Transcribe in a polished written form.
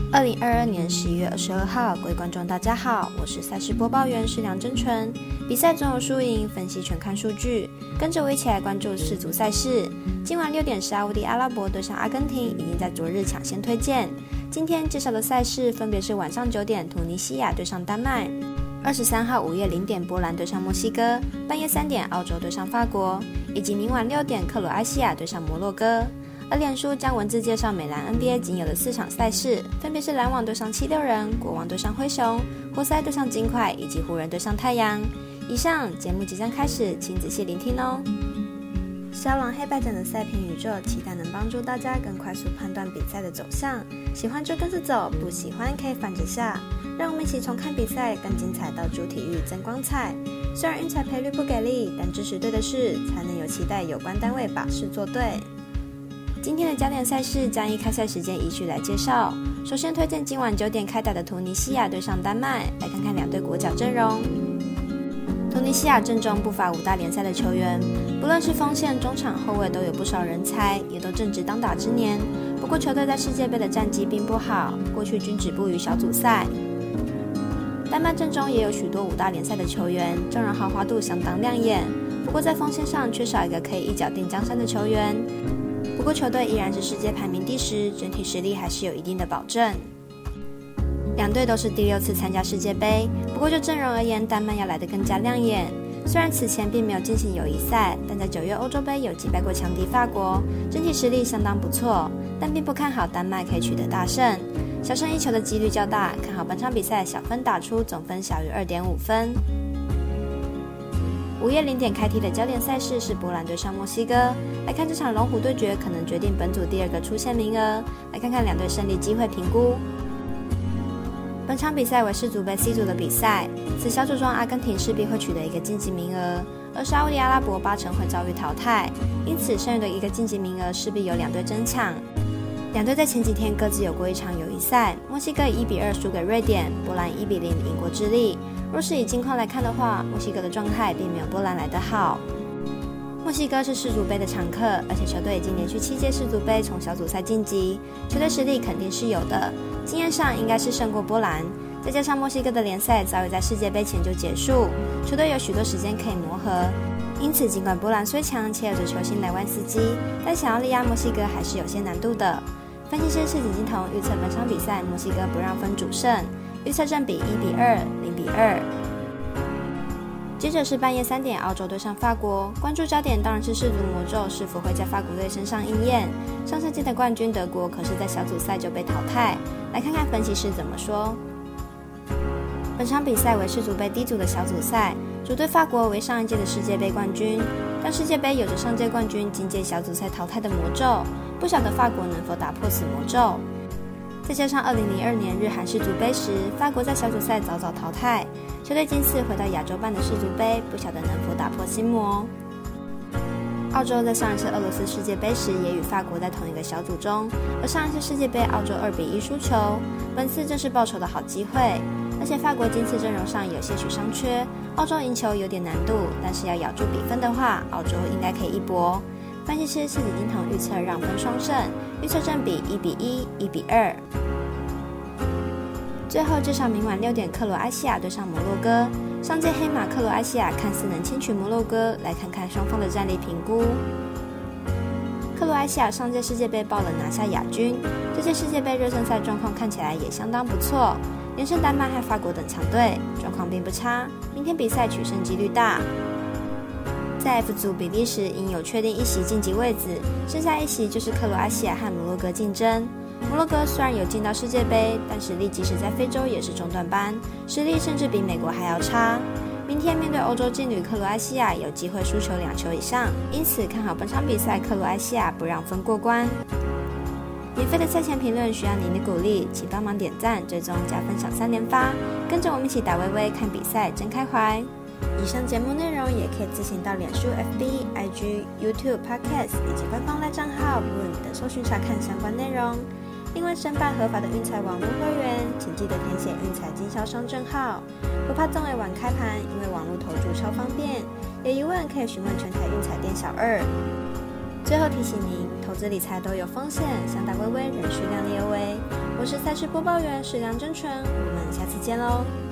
2022年11月22号，各位观众大家好，我是赛事播报员是梁真纯。比赛总有输赢，分析全看数据，跟着我一起来关注世足赛事。今晚6点沙烏地阿拉伯对上阿根廷，已经在昨日抢先推荐。今天介绍的赛事分别是晚上9点突尼西亚对上丹麦，23号午夜0点波兰对上墨西哥，半夜3点澳洲对上法国，以及明晚6点克罗埃西亚对上摩洛哥。而脸书将文字介绍美篮 NBA 仅有的4场赛事，分别是篮网对上76人、国王对上灰熊、活塞对上金块以及湖人对上太阳。以上节目即将开始，请仔细聆听哦。小朗黑白奖的赛评宇宙，期待能帮助大家更快速判断比赛的走向。喜欢就跟着走，不喜欢可以反着下。让我们一起从看比赛更精彩到主体育增光彩。虽然运彩赔率不给力，但支持对的事，才能有期待有关单位把事做对。今天的焦点赛事将依开赛时间依序来介绍。首先推荐今晚9点开打的突尼西亚对上丹麦，来看看两队国脚阵容。突尼西亚阵中不乏5大联赛的球员，不论是锋线、中场、后卫都有不少人才，也都正值当打之年。不过球队在世界杯的战绩并不好，过去均止步于小组赛。丹麦阵中也有许多5大联赛的球员，阵容豪华度相当亮眼，不过在锋线上缺少一个可以一脚定江山的球员。不过球队依然是世界排名第10，整体实力还是有一定的保证。两队都是第6次参加世界杯，不过就阵容而言，丹麦要来得更加亮眼。虽然此前并没有进行友谊赛，但在9月欧洲杯有击败过强敌法国，整体实力相当不错，但并不看好丹麦可以取得大胜，小胜1球的几率较大，看好本场比赛小分打出，总分小于2.5分。午夜0点开踢的焦点赛事是波兰对上墨西哥，来看这场龙虎对决可能决定本组第2个出线名额，来看看两队胜利机会评估。本场比赛为世足杯 C 组的比赛，此小组中阿根廷势必会取得一个晋级名额，而沙烏地阿拉伯8成会遭遇淘汰，因此剩余的一个晋级名额势必由两队争抢。两队在前几天各自有过一场友谊赛，墨西哥以1-2输给瑞典，波兰1-0赢过智利。若是以近况来看的话，墨西哥的状态并没有波兰来得好。墨西哥是世足杯的常客，而且球队已经连续7届世足杯从小组赛晋级，球队实力肯定是有的，经验上应该是胜过波兰。再加上墨西哥的联赛早已在世界杯前就结束，球队有许多时间可以磨合，因此尽管波兰虽强且有着球星莱万斯基，但想要力压墨西哥还是有些难度的。分析师赤井金童预测本场比赛墨西哥不让分主胜，预测正比1-2、0-2。接着是半夜3点澳洲对上法国，关注焦点当然是世足魔咒是否会在法国队身上应验。上赛季的冠军德国可是在小组赛就被淘汰，来看看分析师怎么说。本场比赛为世足杯 D 组的小组赛，主队法国为上一届的世界杯冠军，但世界杯有着上届冠军今届小组赛淘汰的魔咒，不晓得法国能否打破此魔咒。再加上2002年日韩世足杯时，法国在小组赛早早淘汰，球队今次回到亚洲办的世足杯，不晓得能否打破心魔。澳洲在上一次俄罗斯世界杯时也与法国在同一个小组中，而上一次世界杯澳洲2-1输球，本次正是报仇的好机会。而且法国今次阵容上有些许伤缺，澳洲赢球有点难度，但是要咬住比分的话，澳洲应该可以一搏。分析师赤井金童预测让分双胜，预测正比1-1、1-2。最后介绍明晚6点克罗埃西亚对上摩洛哥，上届黑马克罗埃西亚看似能轻取摩洛哥，来看看双方的战力评估。克罗埃西亚上届世界杯爆冷拿下亚军，这届世界杯热身赛状况看起来也相当不错，连胜丹麦和法国等强队，状况并不差，明天比赛取胜几率大。在 F 组，比利时应有确定1席晋级位置，剩下1席就是克罗埃西亚和摩洛哥竞争。摩洛哥虽然有进到世界杯，但实力即使在非洲也是中段班，实力甚至比美国还要差。明天面对欧洲劲旅克罗埃西亚，有机会输球2球以上，因此看好本场比赛克罗埃西亚不让分过关。免费的赛前评论需要您的鼓励，请帮忙点赞、追踪、加分享3连发，跟着我们一起打微微看比赛，真开怀。以上节目内容也可以自行到脸书、FB、IG、YouTube、Podcast 以及官方赖账号 Boom 等搜寻查看相关内容。另外，申办合法的运彩网络会员，请记得填写运彩经销商证号，不怕纵尾晚开盘，因为网络投注超方便。有疑问可以询问全台运彩店小2。最后提醒您，投资理财都有风险，想打微微仍需量力而为。 我是赛事播报员史梁真纯，我们下次见喽。